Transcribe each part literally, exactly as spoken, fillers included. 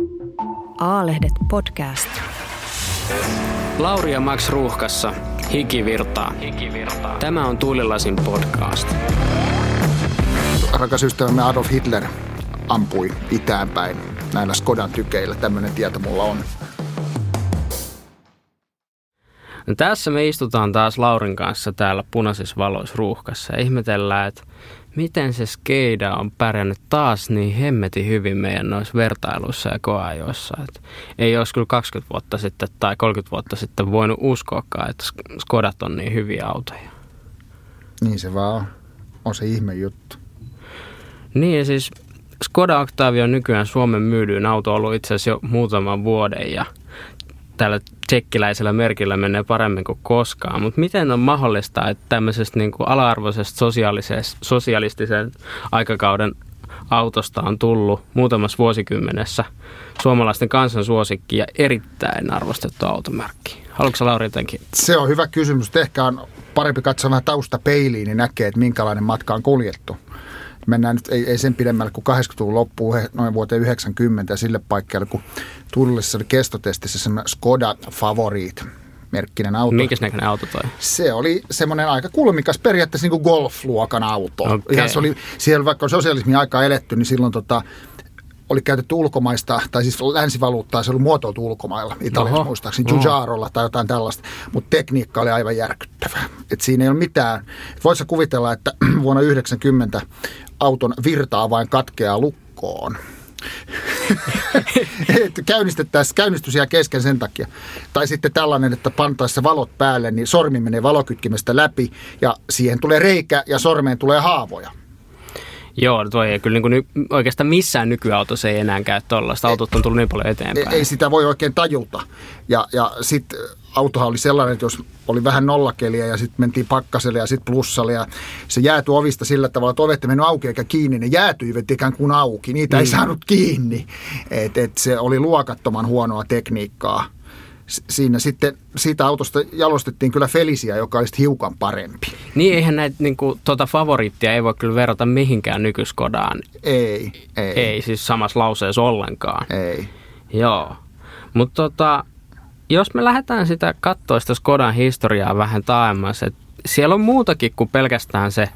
A-lehdet podcast. Lauri ja Max ruuhkassa. Hiki virtaa. Hiki virtaa. Tämä on Tuulilasin podcast. Rakas ystävämme Adolf Hitler ampui itäänpäin näillä Skodan tykeillä. Tämmöinen tieto mulla on. No tässä me istutaan taas Laurin kanssa täällä punaisissa valoissa ruuhkassa ja ihmetellään, että miten se Skeda on pärjännyt taas niin hemmetin hyvin meidän noissa vertailuissa ja koeajoissa. Et ei olisi kyllä kaksikymmentä vuotta sitten tai kolmekymmentä vuotta sitten voinut uskoakaan, että Skodat on niin hyviä autoja. Niin se vaan on. On se ihme juttu. Niin ja siis Skoda Octavia on nykyään Suomen myydyin auto ollut itse asiassa jo muutaman vuoden ja tällä tsekkiläisellä merkillä menee paremmin kuin koskaan. Mutta miten on mahdollista, että tämmöisestä niin kuin ala-arvoisesta sosialistisen aikakauden autosta on tullut muutamassa vuosikymmenessä suomalaisten kansansuosikki ja erittäin arvostettu automerkki? Haluatko Lauri jotenkin? Se on hyvä kysymys. Ehkä on parempi katsoa vähän taustapeiliin, niin näkee, että minkälainen matka on kuljettu. Mennään nyt ei, ei sen pidemmälle kuin kahdeksankymmentäluvun loppuun noin vuoteen yhdeksänkymmentä ja sille paikkeelle, kun Tullissa oli kestotestissä semmoinen Skoda Favorit -merkkinen auto. Minkäs näköinen auto toi? Se oli semmoinen aika kulmikas, periaatteessa niin kuin golf-luokan auto. Okay. Ihan se oli, siellä vaikka on sosialismin aikaa eletty, niin silloin tota, oli käytetty ulkomaista, tai siis länsivaluuttaa, se oli muotoiltu ulkomailla, Italiassa muistaakseni, Giugiarolla tai jotain tällaista, mutta tekniikka oli aivan järkyttävää. Et siinä ei ole mitään. Voisi kuvitella, että vuonna yhdeksänkymmentä auton virtaa vain katkeaa lukkoon. Käynnistettäisiin, käynnistys jää kesken sen takia. Tai sitten tällainen, että pantaessa valot päälle, niin sormi menee valokytkimestä läpi ja siihen tulee reikä ja sormeen tulee haavoja. Joo, toi ei kyllä niin kuin oikeastaan missään nykyautossa ei enää käy tuollaista. Autot on tullut niin paljon eteenpäin. Ei, ei sitä voi oikein tajuta. Ja, ja sitten autohan oli sellainen, että jos oli vähän nollakeliä ja sitten mentiin pakkaselle ja sitten plussalle ja se jäätyi ovista sillä tavalla, että ovet ei mennyt auki eikä kiinni, ne jäätyivät ikään kuin auki. Niitä mm. ei saanut kiinni. Et, et se oli luokattoman huonoa tekniikkaa. Siinä sitten siitä autosta jalostettiin kyllä Felicia, joka olisi hiukan parempi. Niin eihän näitä niin kuin, tuota favorittia ei voi kyllä verrata mihinkään nykyskodaan. Ei, ei. Ei siis samassa lauseessa ollenkaan. Ei. Joo, mutta tota, jos me lähdetään sitä katsoa sitä Skodan historiaa vähän taaemmas, että siellä on muutakin kuin pelkästään se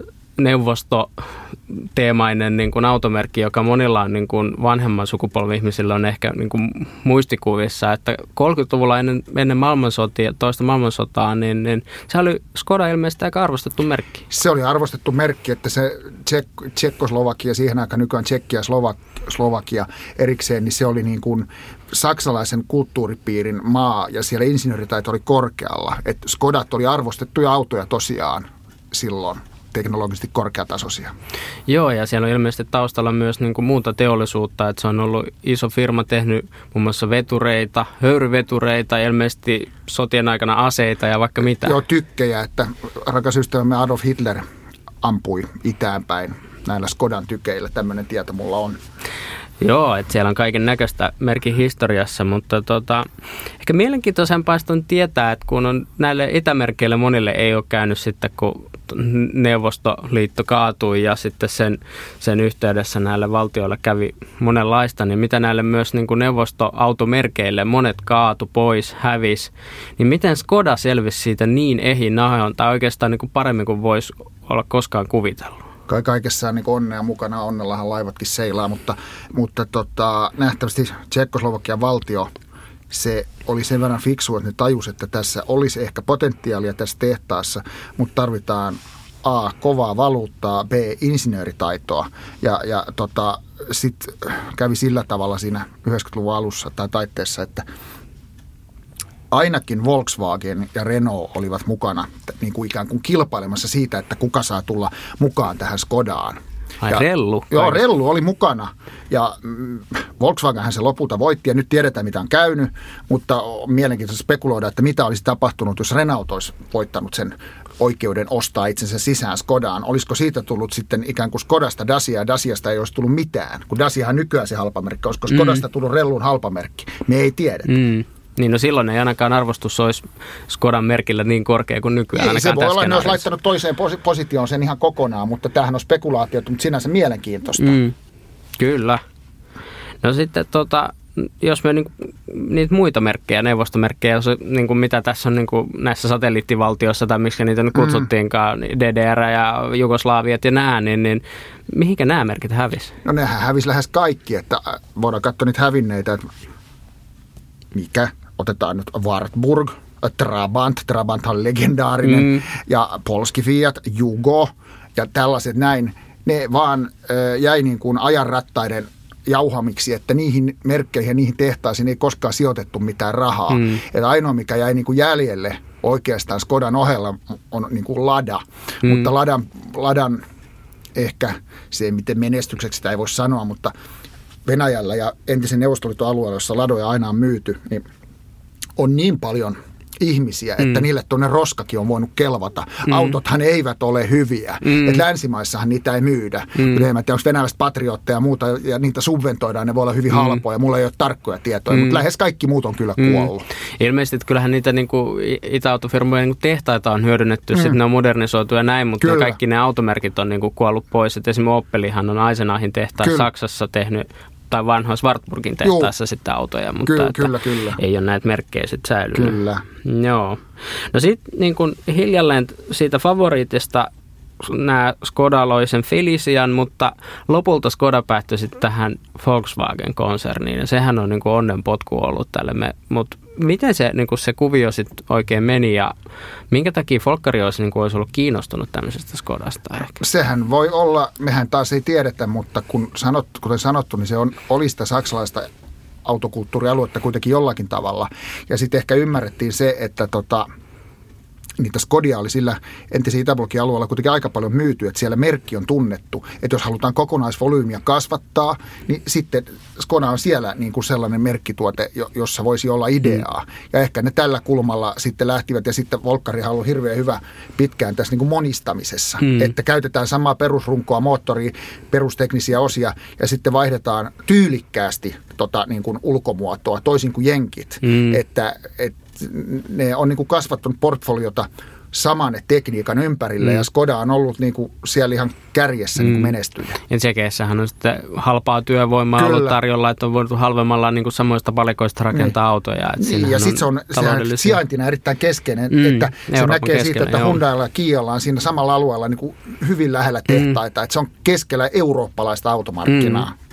neuvostoteemainen niin kuin automerkki, joka monilla on niin kuin vanhemman sukupolven ihmisillä on ehkä niin kuin muistikuvissa, että kolmekymmentäluvulla ennen, ennen maailmansotia, toista maailmansotaa, niin, niin se oli Skoda ilmeisesti aika arvostettu merkki. Se oli arvostettu merkki, että se Tsek- Tsekkoslovakia, siihen aikaan nykyään Tsekkiä ja Slovak- Slovakia erikseen, niin se oli niin kuin saksalaisen kulttuuripiirin maa ja siellä insinööritaito oli korkealla. Et Skodat oli arvostettuja autoja tosiaan silloin. Teknologisesti korkeatasoisia. Joo, ja siellä on ilmeisesti taustalla myös niin kuin muuta teollisuutta, että se on ollut iso firma tehnyt muun muassa vetureita, höyryvetureita, ilmeisesti sotien aikana aseita ja vaikka mitä. Joo, tykkejä, että rakas ystävämme Adolf Hitler ampui itäänpäin näillä Skodan tykeillä, tämmöinen tieto mulla on. Joo, että siellä on kaiken näköistä merkin historiassa, mutta tota, ehkä mielenkiintoisempaa on tietää, että kun on näille itämerkeille monille ei ole käynyt sitten, kun Neuvostoliitto kaatui ja sitten sen, sen yhteydessä näille valtioille kävi monenlaista, niin mitä näille myös niin kuin neuvostoautomerkeille monet kaatu pois, hävisi, niin miten Skoda selvisi siitä niin ehin nahoon tai oikeastaan niin kuin paremmin kuin voisi olla koskaan kuvitellut? Kai kaikessa on niin onnea mukana, onnellahan laivatkin seilaa, mutta, mutta tota, nähtävästi Tsekkoslovakian valtio, se oli sen verran fiksu, että ne tajus, että tässä olisi ehkä potentiaalia tässä tehtaassa, mutta tarvitaan A, kovaa valuuttaa, B, insinööritaitoa ja, ja tota, sitten kävi sillä tavalla siinä yhdeksänkymmentäluvun alussa tai taitteessa, että ainakin Volkswagen ja Renault olivat mukana niin kuin ikään kuin kilpailemassa siitä, että kuka saa tulla mukaan tähän Skodaan. Ai ja, Rellu? Joo, Rellu oli mukana ja mm, Volkswagenhän se lopulta voitti ja nyt tiedetään mitä on käynyt, mutta on mielenkiintoista spekuloida, että mitä olisi tapahtunut, jos Renault olisi voittanut sen oikeuden ostaa itsensä sisään Skodaan. Olisiko siitä tullut sitten ikään kuin Skodasta Dacia ja Daciasta ei olisi tullut mitään, kun Daciahan nykyään se halpamerkki. Olisiko Skodasta mm. tullut Rellun halpamerkki? Me ei tiedetä. Mm. Niin no silloin ei ainakaan arvostus olisi Skodan merkillä niin korkea kuin nykyään. Ei, se voi olla, että ne olisi laittanut toiseen positioon sen ihan kokonaan, mutta tämähän on spekulaatiota, mutta sinänsä mielenkiintoista. Mm, kyllä. No sitten tota, jos me niinku, niitä muita merkkejä, neuvostomerkkejä, jos, niinku, mitä tässä on niinku, näissä satelliittivaltioissa tai miksi niitä nyt kutsuttiinkaan, mm. D D R ja Jugoslaviat ja nää, niin, niin mihinkä nämä merkit hävisi? No nehän hävisi lähes kaikki, että voidaan katsoa niitä hävinneitä, että mikä, otetaan nyt Wartburg, Trabant, Trabant on legendaarinen, mm. ja Polski Fiat, Jugo ja tällaiset näin, ne vaan äh, jäi niin kuin ajanrattaiden jauhamiksi, että niihin merkkeihin ja niihin tehtaisiin ei koskaan sijoitettu mitään rahaa. Mm. Että ainoa, mikä jäi niin kuin jäljelle oikeastaan Skodan ohella on niin kuin Lada, mm. mutta Ladan, Ladan ehkä se, miten menestykseksi sitä ei voi sanoa, mutta Venäjällä ja entisen Neuvostoliiton alueella, jossa Ladoja aina on myyty, niin on niin paljon ihmisiä, että mm. niille tuonne roskakin on voinut kelvata. Mm. Autothan eivät ole hyviä. Mm. Että länsimaissahan niitä ei myydä. Mm. En tiedä, onko venäläiset patriotteja ja muuta, ja niitä subventoidaan, ne voi olla hyvin mm. halpoja. Mulla ei ole tarkkoja tietoja, mm. mutta lähes kaikki muut on kyllä kuollut. Mm. Ilmeisesti, että kyllähän niitä niin kuin Itä-autofirmojen niin tehtaita on hyödynnetty, mm. sitten ne on modernisoitu ja näin, mutta kyllä. kaikki ne automerkit on niin kuin kuollut pois. Et esimerkiksi Opelihan on Eisenahin tehtaassa Saksassa tehnyt tai vanhoissa Wartburgin tehtaassa Juu. sitten autoja, mutta kyllä, kyllä, kyllä. ei ole näitä merkkejä sitten säilynyt. Kyllä. Joo. No sitten niin kun hiljalleen siitä favoriitista nämä Skoda loi sen Felician, mutta lopulta Skoda päättyi sitten tähän Volkswagen-konserniin ja sehän on niin kuin onnenpotku ollut tälle. Me, mutta miten se, niin kuin se kuvio sitten oikein meni ja minkä takia Volkkari olisi, niin kuin olisi ollut kiinnostunut tämmöisestä Skodasta ehkä? Sehän voi olla, mehän taas ei tiedetä, mutta kun sanot, kuten sanottu, niin se on, oli sitä saksalaista autokulttuurialuetta kuitenkin jollakin tavalla. Ja sitten ehkä ymmärrettiin se, että tota, niitä Skodia oli sillä entisen Itäblokin alueella kuitenkin aika paljon myyty, että siellä merkki on tunnettu. Että jos halutaan kokonaisvolyymiä kasvattaa, niin sitten Skoda on siellä niin kuin sellainen merkkituote, jossa voisi olla ideaa. Mm. Ja ehkä ne tällä kulmalla sitten lähtivät, ja sitten Volkkarihan on ollut hirveän hyvä pitkään tässä niin kuin monistamisessa. Mm. Että käytetään samaa perusrunkoa, moottoria, perusteknisiä osia, ja sitten vaihdetaan tyylikkäästi tota, niin kuin ulkomuotoa, toisin kuin jenkit. Mm. Että et, ne on niin kuin kasvattanut portfoliota saman tekniikan ympärille, mm. ja Skoda on ollut niin kuin siellä ihan kärjessä mm. niin kuin menestyjä. Ja Tsekeissähän on sitten halpaa työvoimaa Kyllä. ollut tarjolla, että on voinut halvemmalla niin kuin samoista palikoista rakentaa niin. autoja. Niin, ja sitten se on sijaintina erittäin keskeinen, mm. että se Euroopan näkee keskellä, siitä, että Hyundailla ja Kialla on siinä samalla alueella niin kuin hyvin lähellä tehtaita, mm. että se on keskellä eurooppalaista automarkkinaa. Mm.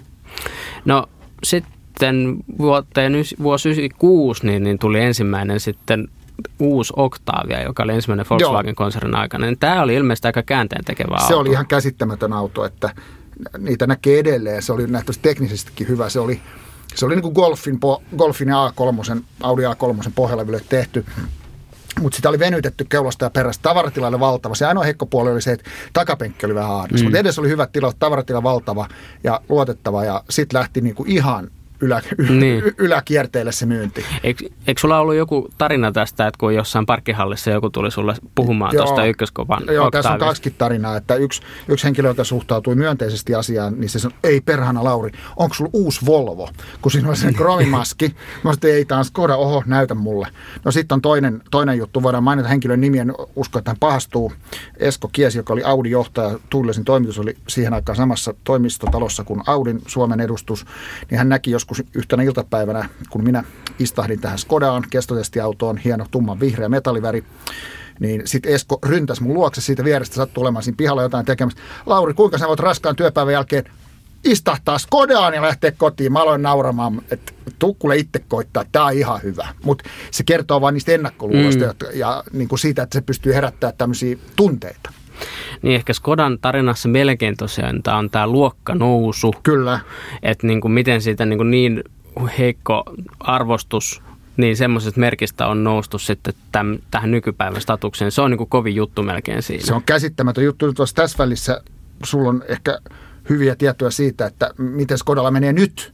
No sitten Sitten vuoteen vuosi yhdeksänkymmentäkuusi niin, niin tuli ensimmäinen sitten uusi Octavia, joka oli ensimmäinen Volkswagen-konsernin aikana. Tämä oli ilmeisesti aika käänteentekevä auto. Se oli ihan käsittämätön auto, että niitä näkee edelleen. Se oli nähtävästi teknisestikin hyvä. Se oli, se oli niin kuin Golfin, Golfin A kolme, Audi A kolme pohjalla tehty. Mutta sitä oli venytetty keulasta ja perästä. Tavaratila valtava. Se ainoa heikko puoli oli se, että takapenkki oli vähän haaras. Mm. Mutta edes oli hyvät tilat, tavaratila valtava ja luotettava. Ja sitten lähti niinku ihan ylä, niin. yläkierteelle se myynti. Eikö, eikö sulla ollut joku tarina tästä, että kun jossain parkkihallissa joku tuli sulle puhumaan tuosta ykköskopan Joo, tässä on kaksikin tarinaa, että yksi, yksi henkilö, joka suhtautui myönteisesti asiaan, niin se sanoi, ei perhana Lauri, onko sulla uusi Volvo? Kun siinä oli sen kromimaski, mä sanoin, ei taas Skoda, oho, näytä mulle. No sitten on toinen, toinen juttu, voidaan mainita henkilön nimi, en usko, että hän pahastuu. Esko Kiesi, joka oli Audi-johtaja, Tuulilasin toimitus oli siihen aikaan samassa toimistotalossa kuin Audin Suomen edustus, niin hän näki joskus yhtenä iltapäivänä, kun minä istahdin tähän Skodaan, kestotestiautoon, hieno tumman vihreä metalliväri, niin sitten Esko ryntäsi mun luokse siitä vierestä, sattui olemaan siinä pihalla jotain tekemässä. Lauri, kuinka sä voit raskaan työpäivän jälkeen istahtaa Skodaan ja lähteä kotiin? Mä aloin nauramaan, että tuu kuule itse koittaa, tää on ihan hyvä. Mutta se kertoo vain niistä ennakkoluuloista mm. ja niin kuin siitä, että se pystyy herättämään tämmöisiä tunteita. Niin ehkä Skodan tarinassa melkein tosiaan tämä on tämä luokkanousu. Kyllä. Että niin kuin miten siitä niin, kuin niin heikko arvostus niin semmoisesta merkistä on noustu sitten täm, tähän nykypäivän statukseen. Se on niin kuin kovin juttu melkein siinä. Se on käsittämätön juttu. Nyt tässä välissä sulla on ehkä hyviä tietoja siitä, että miten Skodalla menee nyt.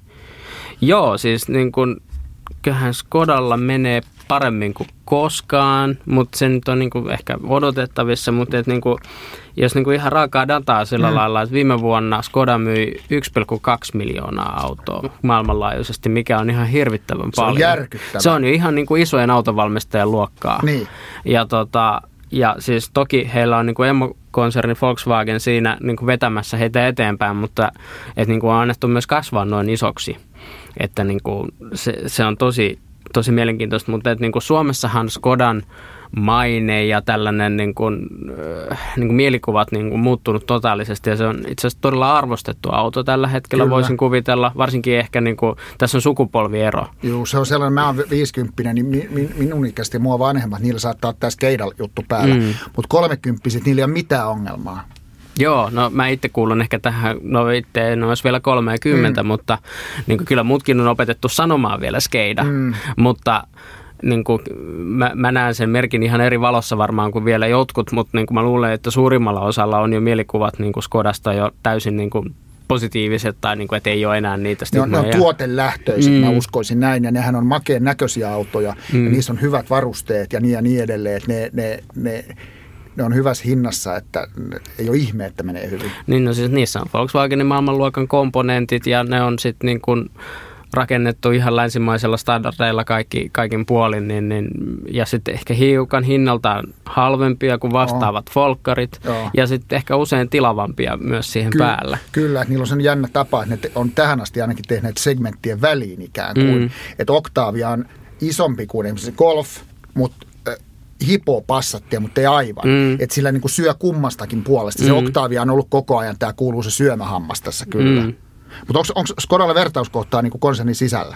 Joo, siis niin kuin, kyllähän Skodalla menee paremmin kuin koskaan, mutta se nyt on niinku ehkä odotettavissa, mutta et niinku, jos niinku ihan raakaa dataa sillä mm. lailla, että viime vuonna Skoda myi yksi pilkku kaksi miljoonaa autoa maailmanlaajuisesti, mikä on ihan hirvittävän paljon. Se on järkyttävä. Se on jo ihan niinku isojen autovalmistajien luokkaa. Niin. Ja, tota, ja siis toki heillä on niinku emokonserni Volkswagen siinä niinku vetämässä heitä eteenpäin, mutta et niinku on annettu myös kasvaa noin isoksi. että niin kuin se, se on tosi, tosi mielenkiintoista, mutta että niin kuin Suomessahan Skodan maine ja tällainen niin kuin, niin kuin mielikuvat niin kuin muuttunut totaalisesti ja se on itse asiassa todella arvostettu auto tällä hetkellä, Kyllä. voisin kuvitella, varsinkin ehkä niin kuin, tässä on sukupolviero. Joo, se on sellainen, mä oon viisikymppinen, niin mi, mi, minun ikäisesti mua vanhemmat, niillä saattaa olla tämä Skeida-juttu päällä, mm. mutta kolmekymppiset, niillä ei ole mitään ongelmaa. Joo, no mä itse kuulun ehkä tähän, no itse en olisi vielä kolmekymmentä, mm. mutta niin kuin, kyllä mutkin on opetettu sanomaan vielä Skeida, mm. mutta niin kuin, mä, mä näen sen merkin ihan eri valossa varmaan kuin vielä jotkut, mutta niin kuin mä luulen, että suurimmalla osalla on jo mielikuvat niin kuin Skodasta jo täysin niin kuin positiiviset tai niin kuin, että ei ole enää niitä stigmoja. Ne on, ne on tuotelähtöiset, mm. mä uskoisin näin, ja nehän on makeen näköisiä autoja, mm. ja niissä on hyvät varusteet ja niin ja niin edelleen, että ne, ne, ne, ne on hyvässä hinnassa, että ei ole ihme, että menee hyvin. Niin, no siis niissä on Volkswagenin maailmanluokan komponentit, ja ne on sitten niin kuin rakennettu ihan länsimaisella standardeilla kaikki, kaikin puolin, niin, niin, ja sitten ehkä hiukan hinnaltaan halvempia kuin vastaavat oh. folkkarit, oh. ja sitten ehkä usein tilavampia myös siihen Ky- päällä. Kyllä, että niillä on sen jännä tapa, että ne on tähän asti ainakin tehneet segmenttien väliin ikään kuin, mm. että Octavia on isompi kuin esimerkiksi Golf, mutta äh, hipoo Passattia, mutta ei aivan. Mm. Että sillä niin kuin syö kummastakin puolesta. Se mm. Octavia on ollut koko ajan, tämä kuuluu se syömähammas tässä kyllä. Mm. Mutta onko, onko Skodalla vertauskohtaa niin kuin konsernin sisällä?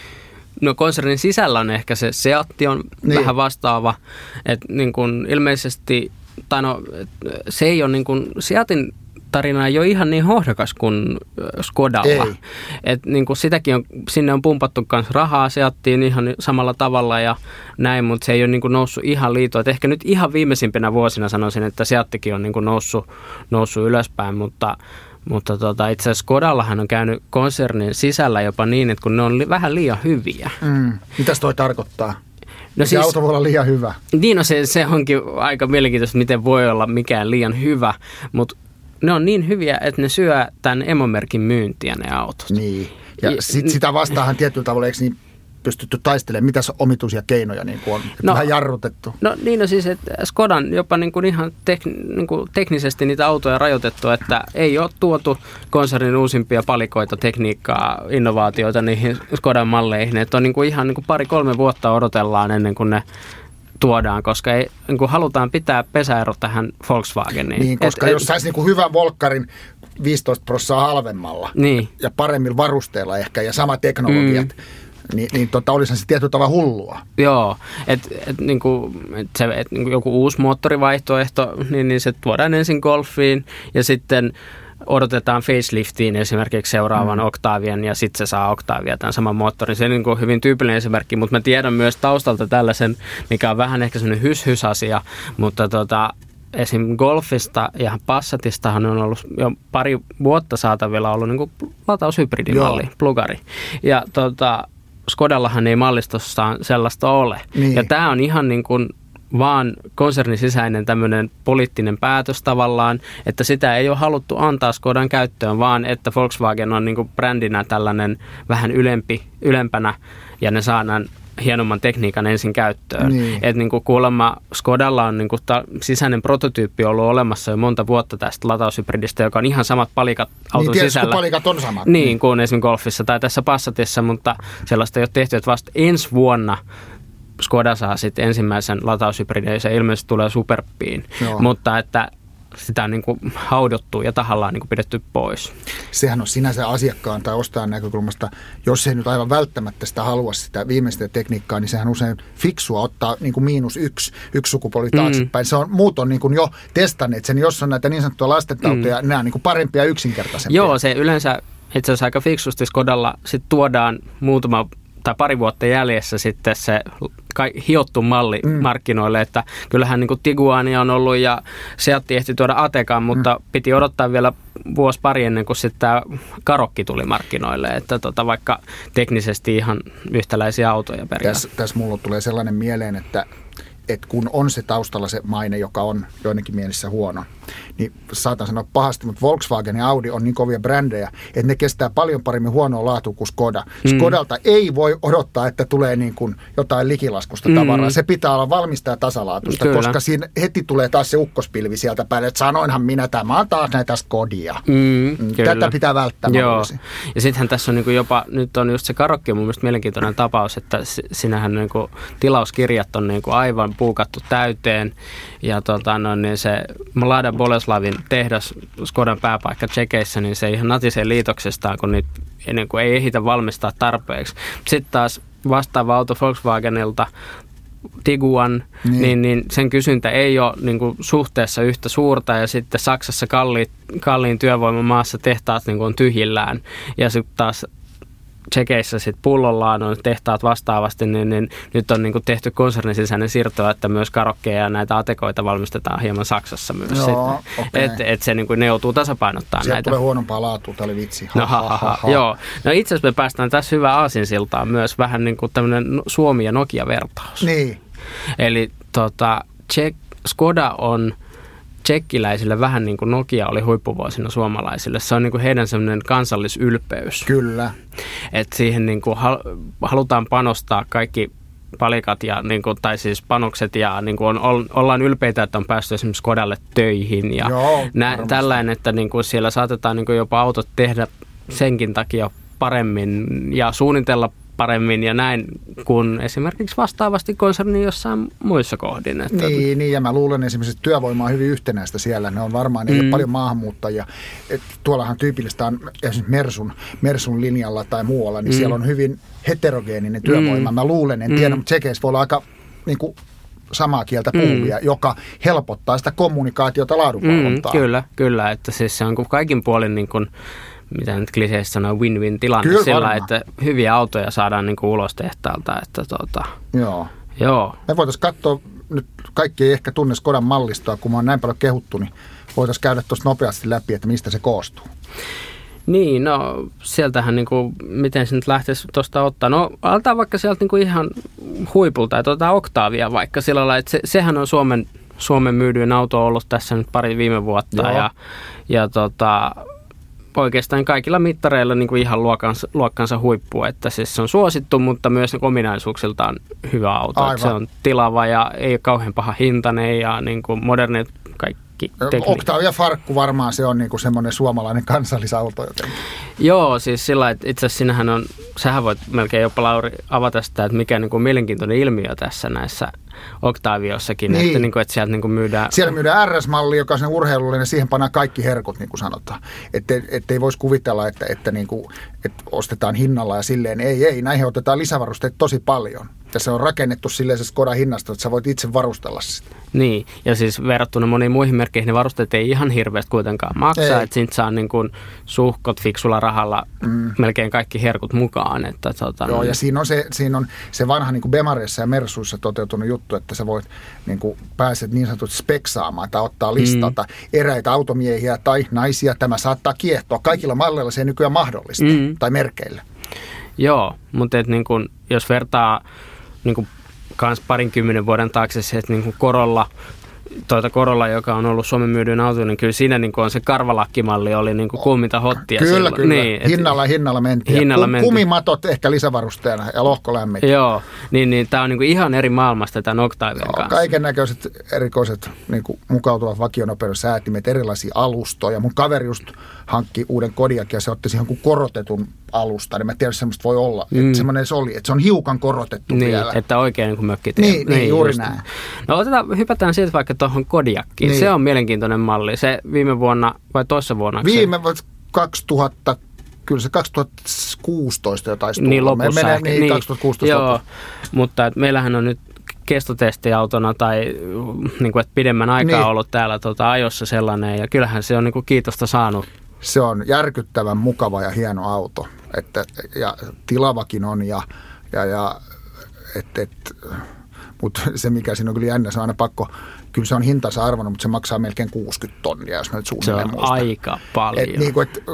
No konsernin sisällä on ehkä se Seatti on niin. vähän vastaava. Että niin kuin ilmeisesti, tai no se ei ole niin kuin, Seatin tarina ei ole ihan niin hohdokas kuin Skodalla. Että niin kuin sitäkin on, sinne on pumpattu myös rahaa Seattiin ihan samalla tavalla ja näin, mutta se ei ole niin kuin noussut ihan liitoon. Et ehkä nyt ihan viimeisimpänä vuosina sanoisin, että Seattikin on niin kuin noussut, noussut ylöspäin, mutta Mutta tota, itse asiassa Skodallahan on käynyt konsernin sisällä jopa niin, että kun ne on li- vähän liian hyviä. Mm. Mitäs toi tarkoittaa? No se siis, auto voi olla liian hyvä. Niin, no se, se onkin aika mielenkiintoista, miten voi olla mikään liian hyvä, mutta ne on niin hyviä, että ne syö tämän emomerkin myyntiä ne autot. Niin, ja, ja sit, sitä vastaahan tietyllä tavalla, eikö niin pystytty taistelemaan, mitä omituisia keinoja niin kuin on no, vähän jarrutettu? No niin, no siis, että Skodan jopa niin kuin ihan tek, niin kuin teknisesti niitä autoja rajoitettu, että ei ole tuotu konsernin uusimpia palikoita, tekniikkaa, innovaatioita niihin Skodan malleihin, että on niin kuin ihan niin kuin pari-kolme vuotta odotellaan ennen kuin ne tuodaan, koska ei, niin kuin halutaan pitää pesäero tähän Volkswageniin. Niin, koska et, jos et, saisi niin kuin hyvän Volkkarin viisitoista prosenttia halvemmalla niin. ja paremmilla varusteilla ehkä ja sama teknologiat, mm. Niin, niin tota, olisihan se tietyllä tavalla hullua. Joo, että et, niinku, et se, et, niinku, joku uusi moottorivaihtoehto, niin, niin se tuodaan ensin Golfiin ja sitten odotetaan faceliftiin esimerkiksi seuraavan mm. Octavian ja sitten se saa Octavia tämän saman moottorin. Se on niinku hyvin tyypillinen esimerkki, mutta mä tiedän myös taustalta tällaisen, mikä on vähän ehkä semmoinen hys-hys-asia, mutta tota, esim. Golfista ja Passatistahan on ollut jo pari vuotta saatavilla ollut niinku lataushybridimalli, Joo. plugari. Ja tota, Skodallahan ei mallistossaan sellaista ole. Niin. Ja tämä on ihan niin kuin vaan konsernin sisäinen tämmöinen poliittinen päätös tavallaan, että sitä ei ole haluttu antaa Skodan käyttöön, vaan että Volkswagen on niin kuin brändinä tällainen vähän ylempi, ylempänä ja ne saadaan hienomman tekniikan ensin käyttöön. Niin. Että niin kuin kuulemma Skodalla on niin kuin ta- sisäinen prototyyppi ollut olemassa jo monta vuotta tästä lataushybridistä, joka on ihan samat palikat auton niin, sisällä. Niin, palikat on samat. Niin, kuin esimerkiksi Golfissa tai tässä Passatissa, mutta sellaista ei ole tehty, että vasta ensi vuonna Skoda saa sitten ensimmäisen lataushybridin ja se ilmeisesti tulee Superbiin. Joo. Mutta että sitä on niin kuin haudottu ja tahallaan niin kuin pidetty pois. Sehän on sinänsä asiakkaan tai ostajan näkökulmasta, jos ei nyt aivan välttämättä sitä halua sitä viimeistä tekniikkaa, niin sehän usein fiksua ottaa niin kuin miinus yksi, yksi sukupolvi taaksepäin. Mm. Se on, muut on niin kuin jo testanneet sen, jos on näitä niin sanottuja lastentauteja, mm. nämä on niin kuin parempia ja yksinkertaisempia. Joo, se yleensä itse asiassa aika fiksusti Skodalla sitten tuodaan muutama tai pari vuotta jäljessä sitten se hiottu malli mm. markkinoille, että kyllähän niin kuin Tiguania on ollut ja Seatti ehti tuoda Atekan, mutta mm. piti odottaa vielä vuosi pari ennen kuin sitten tämä Karokki tuli markkinoille, että tota, vaikka teknisesti ihan yhtäläisiä autoja periaatteessa. Tässä, tässä mulla tulee sellainen mieleen, että että kun on se taustalla se maine, joka on joidenkin mielessä huono, niin saatan sanoa pahasti, mutta Volkswagen ja Audi on niin kovia brändejä, että ne kestää paljon paremmin huonoa laatua kuin Skoda. Mm. Skodalta ei voi odottaa, että tulee niin kuin jotain likilaskusta tavaraa. Mm. Se pitää olla valmista ja tasalaatuista, Kyllä. koska siinä heti tulee taas se ukkospilvi sieltä päälle, että sanoinhan minä, tämä on taas näitä Skodia. Mm, Tätä pitää välttää. Joo. Ja sittenhän tässä on niin kuin jopa, nyt on just se Karokki mun mielestä mielenkiintoinen tapaus, että sinähän niin kuin tilauskirjat on niin kuin aivan puukattu täyteen ja tota, no, niin se Mlada Boleslavin tehdas Skodan pääpaikka Tšekeissä, niin se ihan natisee liitoksestaan, kun niitä ennen kuin ei ehitä valmistaa tarpeeksi. Sitten taas vastaava auto Volkswagenilta, Tiguan, niin. Niin, niin sen kysyntä ei ole niin kuin suhteessa yhtä suurta ja sitten Saksassa kalliin, kalliin työvoiman maassa tehtaat niin kuin on tyhjillään ja sitten taas Tšekeissä sitten pullollaan on tehtaat vastaavasti, niin, niin nyt on niin kuin tehty konsernin sisäinen siirto, että myös karokkeja ja näitä atekoita valmistetaan hieman Saksassa myös. Joo, okay. Että et se niin kuin ne joutuu tasapainottaa Sieltä näitä. Tulee huonompaa laatua, tämä oli vitsi. Ha, no, ha, ha, ha. Joo. No itse asiassa me päästään tässä hyvää aasinsiltaan myös vähän niin kuin tämmöinen Suomi- ja Nokia-vertaus. Niin. Eli tota, Czech, Skoda on tsekkiläisille vähän niin kuin Nokia oli huippuvuosina suomalaisille. Se on niin kuin heidän semmoinen kansallisylpeys. Kyllä. Että siihen niin kuin halutaan panostaa kaikki palikat ja, niin kuin, tai siis panokset ja niin kuin on, ollaan ylpeitä, että on päästy esimerkiksi Skodalle töihin ja Joo, nä, tällainen, että niin kuin siellä saatetaan niin kuin jopa autot tehdä senkin takia paremmin ja suunnitella paremmin ja näin kuin esimerkiksi vastaavasti konserni jossain muissa kohdin. Että niin, niin, ja mä luulen esimerkiksi, että työvoima on hyvin yhtenäistä siellä. Ne on varmaan, ei mm. ole paljon maahanmuuttajia. Et tuollahan tyypillistä on esimerkiksi Mersun, Mersun linjalla tai muualla, niin mm. siellä on hyvin heterogeeninen työvoima. Mm. Mä luulen, en tiedä, mm. mutta Tšekeissä voi olla aika niin kuin samaa kieltä puhuvia, mm. joka helpottaa sitä kommunikaatiota laadunvalvontaa. Mm, kyllä, kyllä. Että siis se on kaikin puolin niin kuin mitä nyt kliseistä sanoo, win-win tilanne Kyllä, sillä, varmaan. että hyviä autoja saadaan niin kuin ulos tehtaalta. Että tuota, joo. joo. Me voitaisiin katsoa, nyt kaikki ei ehkä tunne Skodan mallistoa, kun mä oon näin paljon kehuttu, niin voitaisiin käydä tuosta nopeasti läpi, että mistä se koostuu. Niin, no sieltähän niin kuin, miten se nyt lähtisi tuosta ottaa. No aletaan vaikka sieltä niin kuin ihan huipulta, että otetaan Octavia vaikka sillä lailla, että se, sehän on Suomen, Suomen myydyin auto ollut tässä nyt pari viime vuotta joo. ja, ja tota oikeastaan kaikilla mittareilla niin kuin ihan luokkansa, luokkansa huippu, että siis se on suosittu, mutta myös niin ominaisuuksiltaan hyvä auto. Se on tilava ja ei ole kauhean paha hintainen ja niin kuin modernit kaikki tekniikka. Octavia farkku varmaan se on niin kuin semmoinen suomalainen kansallisauto jotenkin. Joo, siis sillä että itse asiassa sinähän on, sähän voit melkein jopa Lauri avata sitä, että mikä niin kuin mielenkiintoinen ilmiö tässä näissä Octaviossakin, niin. että, niin kuin, että sieltä niin kuin myydään. Siellä myydään R S-malli, joka on sen urheilullinen, siihen pannaan kaikki herkut, niin kuin sanotaan. Että et ei voisi kuvitella, että, että, niin kuin, että ostetaan hinnalla ja silleen. Ei, ei, näihin otetaan lisävarusteet tosi paljon. Ja se on rakennettu silleen se Skodan hinnasta, että sä voit itse varustella sitä. Niin, ja siis verrattuna moniin muihin merkkeihin, ne varusteet ei ihan hirveästi kuitenkaan maksaa, että siitä saa niin kuin suhkot fiksulla rahalla mm. melkein kaikki herkut mukaan. Että, tota, joo, ja siinä on se, siinä on se vanha niin kuin Bemareissa ja Mersuissa toteutunut juttu, että sä voit niin kuin pääset niin sanotusti speksaamaan tai ottaa listalta mm. eräitä automiehiä tai naisia. Tämä saattaa kiehtoa. Kaikilla malleilla se ei nykyään mahdollista, mm. tai merkeillä. Joo, mutta et niin kun, jos vertaa niin kun kans parinkymmenen vuoden taakse se, että niin kun Corolla, toita Corolla, joka on ollut Suomen myydyin auto, niin kyllä siinä niin on se karvalakkimalli oli niin kuuminta hottia. Kyllä, silloin. kyllä. Niin, et, hinnalla hinnalla mentiin. Hinnalla mentiin. Kumimatot ehkä lisävarusteena ja lohkolämmit. Joo, niin, niin tämä on niin ihan eri maailmasta tämän Octavian kanssa. Kaiken näköiset erikoiset niin mukautuvat vakionopeudessäätimet, erilaisia alustoja. Mun kaveri just hankki uuden Kodiakin ja se otti siihen kuin korotetun alusta, niin mä tiedän, että semmoista voi olla. Mm. Että semmoinen se oli, että se on hiukan korotettu niin, vielä. Että oikein niin kuin mökkitie. Niin, niin, juuri just näin. No otetaan, hypätään siitä vaikka tuohon Kodiakkiin. Niin. Se on mielenkiintoinen malli. Se viime vuonna vai toissa vuonna? Viime vuonna kaksituhatta, kyllä se kaksituhattakuusitoista jo taisi tulla. Niin lopussa menee, ehkä. Niin, niin, kaksituhattakuusitoista joo, lopussa. Mutta meillähän on nyt kestotestiautona tai niin kuin, että pidemmän aikaa niin. ollut täällä tota, ajossa sellainen ja kyllähän se on niin kuin kiitosta saanut. Se on järkyttävän mukava ja hieno auto, että, ja tilavakin on, ja, ja, ja et, et, mutta se mikä siinä on kyllä jännä, se on aina pakko kyllä se on hintansa arvonnut, mutta se maksaa melkein kuusikymmentä tonnia, jos nyt suunnilleen muista. Se on aika paljon. Et, niin kuin, et,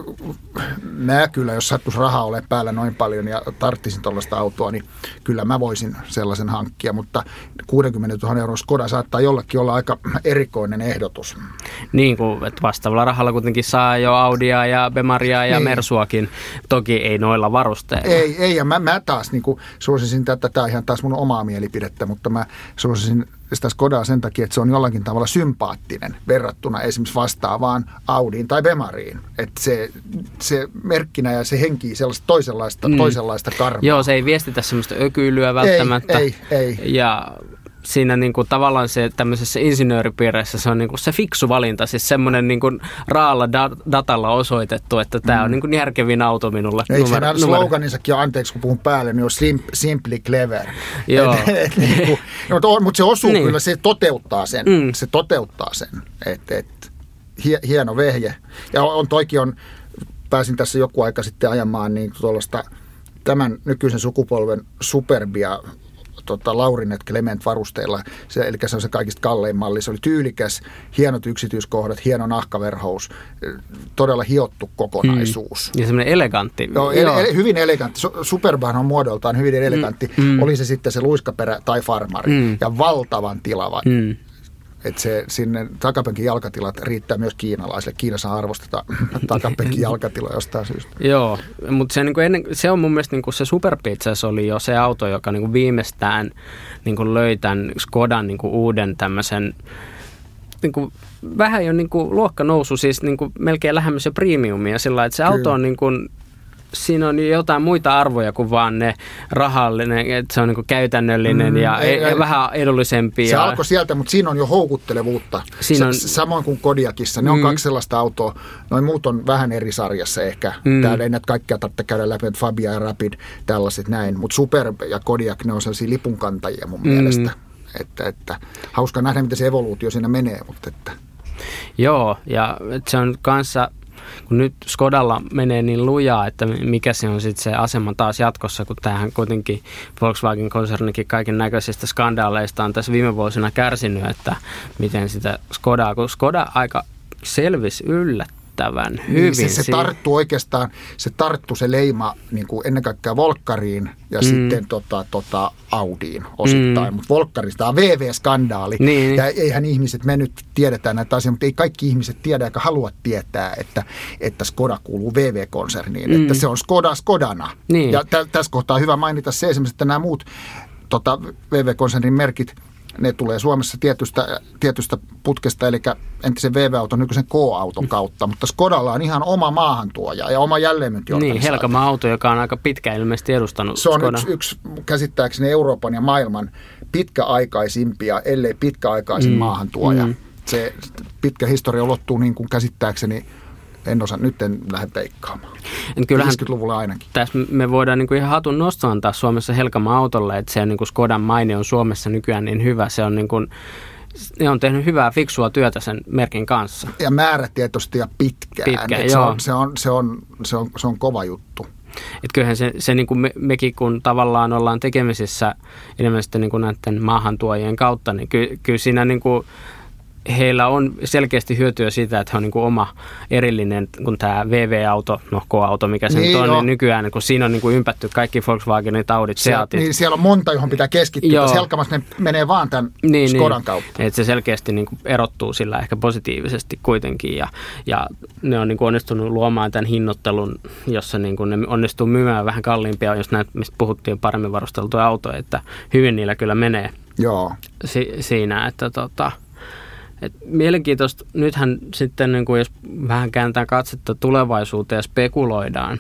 mä kyllä, jos sattuisi rahaa ole päällä noin paljon ja tarttisin tuollaista autoa, niin kyllä mä voisin sellaisen hankkia, mutta kuusikymmentätuhatta euroa Skoda saattaa jollakin olla aika erikoinen ehdotus. Niin kuin, että vastaavalla rahalla kuitenkin saa jo Audia ja Bemaria ja niin. Mersuakin, toki ei noilla varusteilla. Ei, ei ja mä, mä taas niin kuin, suosisin tätä, tämä on ihan taas mun omaa mielipidettä, mutta mä suosisin sitä Skodaa sen takia, että se on jollakin tavalla sympaattinen verrattuna esimerkiksi vastaavaan Audiin tai Bemariin. Että se, se merkkinä ja se henkii sellaista toisenlaista, mm. toisenlaista karmaa. Joo, se ei viestitä semmoista ökyilyä välttämättä. Ei, ei, ei. Ja siinä niin kuin tavallaan se tämmöisessä insinööripiirissä se on niin kuin se fiksu valinta, siis semmoinen niin kuin raalla da- datalla osoitettu, että tämä mm. on niin kuin järkevin auto minulle. Eikö se näin sloganissakin, anteeksi kun puhun päälle, niin on sim- simply clever. Joo. Et, et, niin kuin, no, mutta se osuu niin. Kyllä, se toteuttaa sen. Mm. Se toteuttaa sen. Et, et, hie, hieno vehje. Ja on toikin on, pääsin tässä joku aika sitten ajamaan niin tuollaista tämän nykyisen sukupolven Superbia, Tota, Laurinet Clement-varusteilla, se, eli se on se kaikista kallein malli. Se oli tyylikäs, hienot yksityiskohdat, hieno nahkaverhous, todella hiottu kokonaisuus. Mm. Ja semmoinen elegantti. Joo, ele, ele, hyvin elegantti. Superbahan on muodoltaan hyvin elegantti. Mm. Oli se sitten se luiskaperä tai farmari. Mm. Ja valtavan tilava. Mm. Että se sinne takapenkin jalkatilat riittää myös kiinalaisille. Kiinassa arvostetaan takapenkin jalkatiloja jostain syystä. Joo, mutta se, niinku ennen, se on mun mielestä niinku se Superpizzas oli jo se auto, joka niinku viimeistään niinku löi tämän Skodan niinku uuden tämmöisen niinku, vähän jo niinku luokkanousu, siis niinku melkein lähemmäs jo premiumia sillä, että se Kyllä. auto on niinku, siinä on jotain muita arvoja kuin vaan ne rahallinen, että se on niinku käytännöllinen mm, ja ei, ei, vähän edullisempi. Se ja alkoi sieltä, mutta siinä on jo houkuttelevuutta. Siinä on, Samoin kuin Kodiakissa. Ne mm, on kaksi sellaista autoa. Noin muut on vähän eri sarjassa ehkä. Mm. Täällä ei näitä kaikkia tarvitse käydä läpi, että Fabia ja Rapid, tällaiset näin. Mutta Super ja Kodiak, ne on sellaisia lipunkantajia mun mm. mielestä. Että, että, hauska nähdä, miten se evoluutio siinä menee. Mutta että. Joo, ja se on kanssa kun nyt Skodalla menee niin lujaa, että mikä se on sitten se asema taas jatkossa, kun tämähän kuitenkin Volkswagen-konsernikin kaiken näköisistä skandaaleista on tässä viime vuosina kärsinyt, että miten sitä Skodaa, kun Skoda aika selvisi yllättävän hyvin. Niin, se, se tarttu oikeastaan, se tarttu se leima niin kuin ennen kaikkea Volkkariin ja mm. sitten tota, tota Audiin osittain, mm. mutta Volkkarista on V V-skandaali niin. Ja eihän ihmiset, me nyt tiedetään näitä asioita, mutta ei kaikki ihmiset tiedä eikä halua tietää, että, että Skoda kuuluu V V-konserniin, mm. että se on Skoda Skodana. Niin. Ja tä, tässä kohtaa on hyvä mainita se esimerkiksi, että nämä muut tota, V V-konsernin merkit, ne tulee Suomessa tietystä, tietystä putkesta, eli entisen V V-auton nykyisen K-auton kautta, mutta Skodalla on ihan oma maahantuoja ja oma jälleenmyyntiorganisaatio. Niin, Helkama-auto, joka on aika pitkä ilmeisesti edustanut Se on Skoda. yksi, yksi käsittääkseni Euroopan ja maailman pitkäaikaisimpia, ellei pitkäaikaisin mm. maahantuoja. Mm. Se pitkä historia ulottuu niin kuin käsittääkseni, en osaa, nyt en lähde peikkaamaan. viisikymmentäluvulla ainakin. Tässä me voidaan niin kuin ihan hatun nosto antaa Suomessa Helkama-autolle, että se niin kuin Skodan maine on Suomessa nykyään niin hyvä. Se on, niin kuin, ne on tehnyt hyvää, fiksua työtä sen merkin kanssa. Ja määrätietoisesti ja pitkään. pitkään se, on, se, on, se, on, se, on, se on kova juttu. Että kyllähän se, se niin kuin me, mekin, kun tavallaan ollaan tekemisissä enemmän sitten niin kuin näiden maahantuojien kautta, niin ky, kyllä siinä niin kuin heillä on selkeästi hyötyä siitä, että he on niin kuin oma erillinen, kun tämä V V-auto, no K-auto, mikä se niin on, niin nykyään, kun siinä on niin kuin ympätty kaikki Volkswagenit, Audit, Seatit. Niin siellä on monta, johon pitää keskittyä. Tässä Helkamassa ne menee vaan tämän niin, Skodan niin. kautta. Että se selkeästi niin kuin erottuu sillä ehkä positiivisesti kuitenkin. Ja, ja ne on niin kuin onnistunut luomaan tämän hinnoittelun, jossa niin kuin ne onnistuu myymään vähän kalliimpia, jos näitä, mistä puhuttiin, paremmin varusteltuja autoja, että hyvin niillä kyllä menee Joo. Si- siinä, että tota Et mielenkiintoista, nythän sitten, niin kuin jos vähän kääntää katsetta tulevaisuuteen ja spekuloidaan,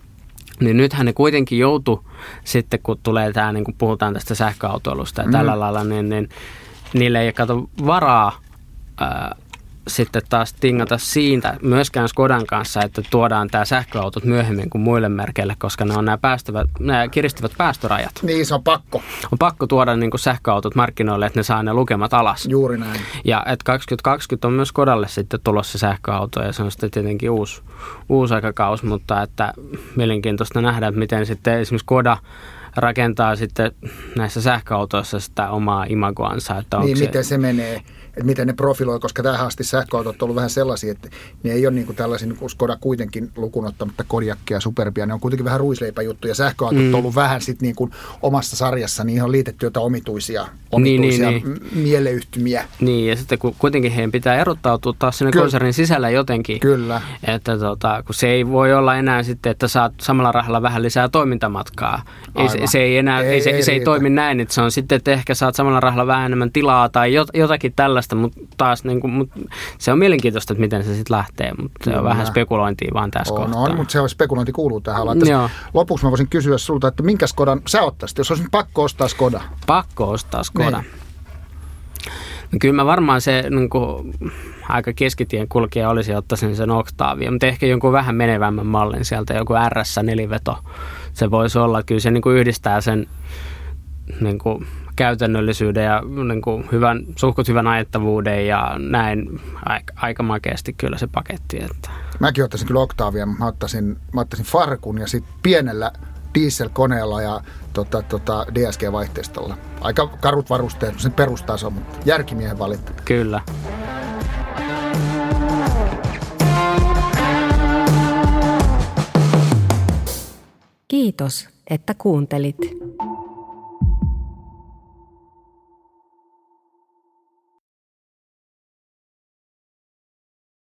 niin nythän ne kuitenkin joutu sitten, kun tulee tämä, niin kuin puhutaan tästä sähköautoilusta ja mm. tällä lailla, niin, niin niille ei kato varaa ää, sitten taas tingata siitä myöskään Skodan kanssa, että tuodaan tämä sähköautot myöhemmin kuin muille merkeille, koska ne on nämä, päästävät, nämä kiristyvät päästörajat. Niin, se on pakko. On pakko tuoda niin kuin sähköautot markkinoille, että ne saa ne lukemat alas. Juuri näin. Ja että kaksituhattakaksikymmentä on myös Skodalle sitten tulossa sähköauto ja se on sitten tietenkin uusi, uusi aikakaus, mutta että mielenkiintoista nähdä, että miten sitten esimerkiksi Skoda rakentaa sitten näissä sähköautoissa sitä omaa imagoansa. Että niin, se, miten se menee. että miten ne profiloi, koska tähän asti sähköautot on ollut vähän sellaisia, että ne ei ole niin kuin tällaisia, niin kuin Skoda kuitenkin lukunottamatta Kodiakia ja Superbia, ne on kuitenkin vähän ruisleipäjuttuja. Sähköautot mm. on ollut vähän sitten niin kuin omassa sarjassa, niihin on liitetty jotain omituisia, omituisia niin, niin, niin. mieleyhtymiä. Niin, ja sitten kun kuitenkin heidän pitää erottautua taas sinne konsernin sisällä jotenkin. Kyllä. Että tota, kun se ei voi olla enää sitten, että saat samalla rahalla vähän lisää toimintamatkaa. Ei, se, se ei enää, ei, ei, se, ei, se ei toimi näin, että se on sitten, että ehkä saat samalla rahalla vähän enemmän tilaa tai jotakin tällaista, mutta taas niin kuin, mut se on mielenkiintoista, että miten se sitten lähtee, mutta se on vähän spekulointia vaan tässä on, kohtaa. On, mutta se on spekulointi kuuluu tähän alaan. Lopuksi mä voisin kysyä sulta, että minkä Skodan sä ottaisit, jos olisi pakko ostaa Skoda? Pakko ostaa Skoda. No kyllä mä varmaan se niin kuin, aika keskitien kulkija olisi, ottaisin sen Octavia, mutta ehkä jonkun vähän menevämmän mallin sieltä, joku R S neliveto. Se voisi olla, kyllä se niin kuin yhdistää sen niin kuin, käytännöllisyyden ja niin kuin, hyvän, suhkut hyvän ajettavuuden ja näin aika, aika makeasti kyllä se paketti. Että. Mäkin ottaisin kyllä Octavia, mä ottaisin, mä ottaisin Farkun ja sitten pienellä dieselkoneella ja tota, tota, D S G-vaihteistolla. Aika karut varusteet, sen perustaso, mutta järkimiehen valinta. Kyllä. Kiitos, että kuuntelit.